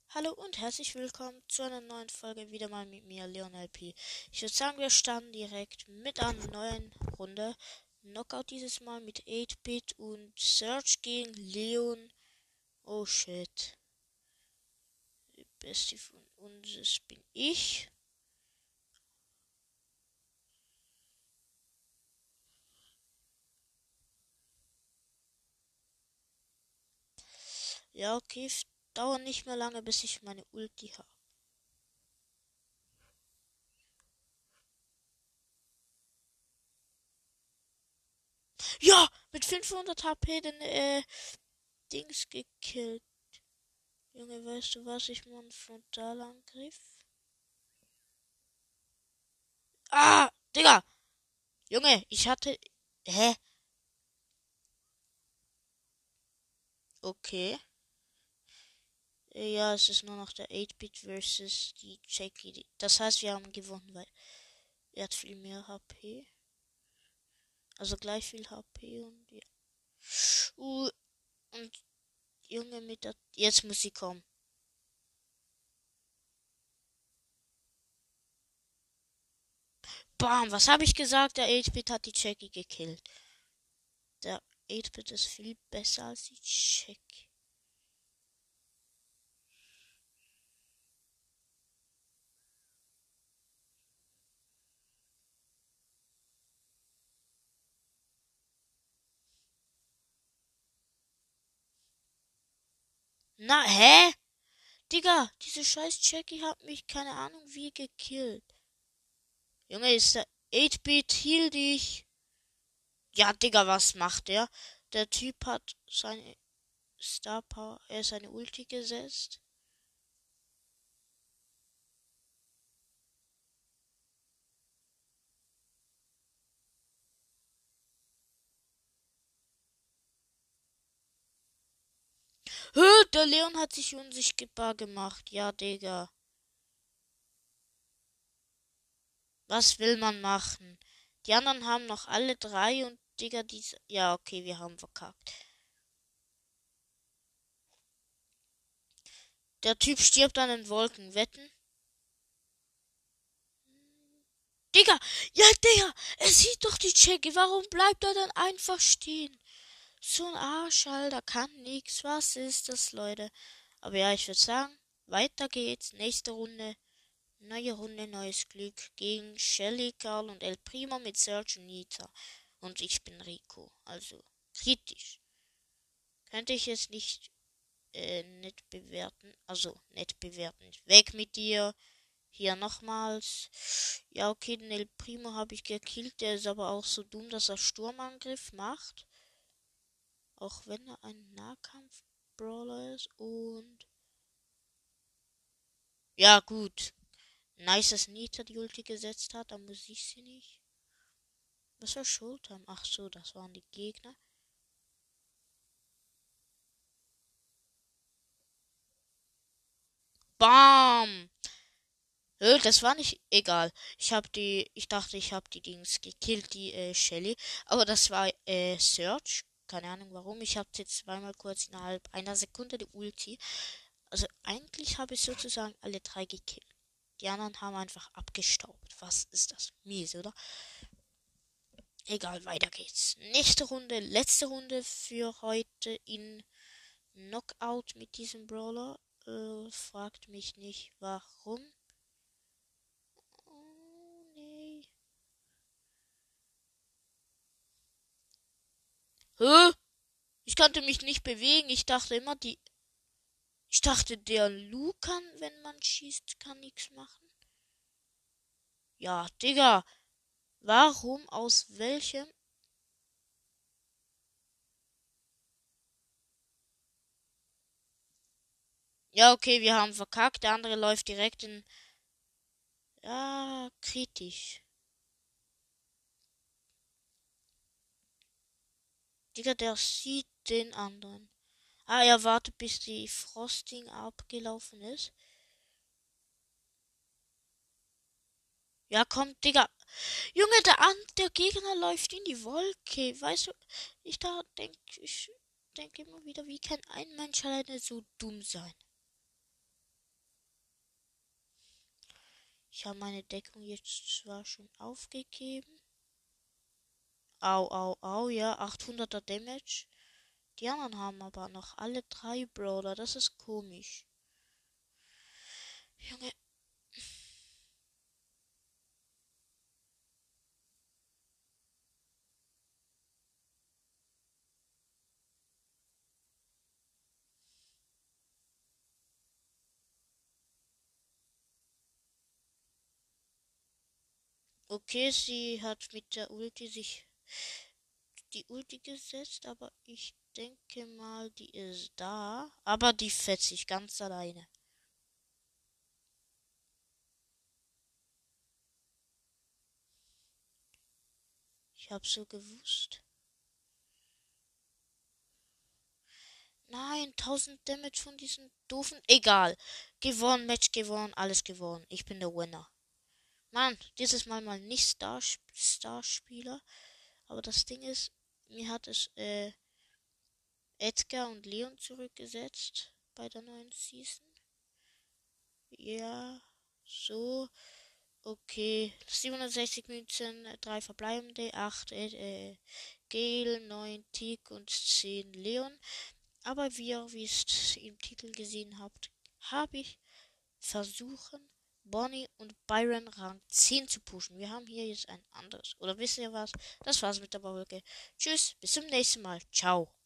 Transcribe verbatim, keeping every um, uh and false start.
Hallo und herzlich willkommen zu einer neuen Folge, wieder mal mit mir, Leon L P. Ich würde sagen, wir starten direkt mit einer neuen Runde. Knockout dieses Mal mit acht-Bit und Search gegen Leon. Oh shit. Die Beste von uns ist- bin ich. Ja, okay, f- dauert nicht mehr lange, bis ich meine Ulti habe. Ja, mit fünfhundert H P den äh, Dings gekillt. Junge, weißt du was? Ich mache einen Frontalangriff. Ah, Digga! Junge, ich hatte. Hä? Okay. Äh, Ja, es ist nur noch der acht-Bit versus die Jackie. Die- Das heißt, wir haben gewonnen, weil er hat viel mehr H P. Also gleich viel H P und ja. Uh, und Junge mit der. Jetzt muss sie kommen. Bam, was habe ich gesagt? Der acht-Bit hat die Jackie gekillt. Der acht-Bit ist viel besser als die Jackie. Na, hä? Digga, diese scheiß Jackie hat mich keine Ahnung wie gekillt. Junge, ist der acht-Bit, heal dich. Ja, Digga, was macht der? Der Typ hat seine Star Power, er ist seine Ulti gesetzt. Hö, der Leon hat sich unsichtbar gemacht. Ja, Digga. Was will man machen? Die anderen haben noch alle drei und Digga, diese. Ja, okay, wir haben verkackt. Der Typ stirbt an den Wolken. Wetten? Digga! Ja, Digga! Er sieht doch die Checke. Warum bleibt er dann einfach stehen? So ein Arsch, Alter. Kann nix. Was ist das, Leute? Aber ja, ich würde sagen, weiter geht's. Nächste Runde. Neue Runde, neues Glück gegen Shelly, Karl und El Primo mit Serge und Nita. Und ich bin Rico. Also kritisch. Könnte ich es nicht äh, nett bewerten. Also nett bewerten. Weg mit dir. Hier nochmals. Ja, okay, den El Primo habe ich gekillt. Der ist aber auch so dumm, dass er Sturmangriff macht. Auch wenn er ein Nahkampf-Brawler ist. Und ja, gut. Nice, dass Nita die Ulti gesetzt hat. Da muss ich sie nicht. Was war Schultern? Ach so, das waren die Gegner. Bam! Äh, Das war nicht egal. Ich habe die, ich dachte, ich habe die Dings gekillt, die äh, Shelly. Aber das war äh, Search. Keine Ahnung warum. Ich habe jetzt zweimal kurz innerhalb einer Sekunde die Ulti. Also eigentlich habe ich sozusagen alle drei gekillt. Die anderen haben einfach abgestaubt. Was ist das? Mies, oder? Egal, weiter geht's. Nächste Runde, letzte Runde für heute in Knockout mit diesem Brawler. Äh, fragt mich nicht warum. Oh, nee. Hä? Ich konnte mich nicht bewegen. Ich dachte immer, die. Ich dachte, der Lu kann, wenn man schießt, kann nichts machen. Ja, Digga. Warum? Aus welchem? Ja, okay, wir haben verkackt. Der andere läuft direkt in. Ja, kritisch. Digga, der sieht den anderen. Ah, er wartet, bis die Frosting abgelaufen ist. Ja, komm, Digga. Junge, der, An der Gegner läuft in die Wolke. Weißt du, ich da denk, ich denke immer wieder, wie kann ein Mensch alleine so dumm sein? Ich habe meine Deckung jetzt zwar schon aufgegeben. Au, au, au, ja, achthunderter Damage. Die anderen haben aber noch alle drei Brawler. Das ist komisch. Junge. Okay, sie hat mit der Ulti sich die Ulti gesetzt, aber ich denke mal, die ist da. Aber die fetzt sich ganz alleine. Ich hab so gewusst. Nein, tausend Damage von diesen doofen. Egal. Gewonnen, Match gewonnen, alles gewonnen. Ich bin der Winner. Mann, dieses Mal mal nicht Star Starspieler. Aber das Ding ist, mir hat es äh, Edgar und Leon zurückgesetzt bei der neuen Season. Ja, so. Okay, siebenundsechzig Münzen, drei verbleibende, acht äh, Gale, neun Tick und zehn Leon. Aber wie ihr wie es im Titel gesehen habt, habe ich versuchen, Bonnie und Byron Rang zehn zu pushen. Wir haben hier jetzt ein anderes. Oder wisst ihr was? Das war's mit der Wolke. Tschüss, bis zum nächsten Mal. Ciao.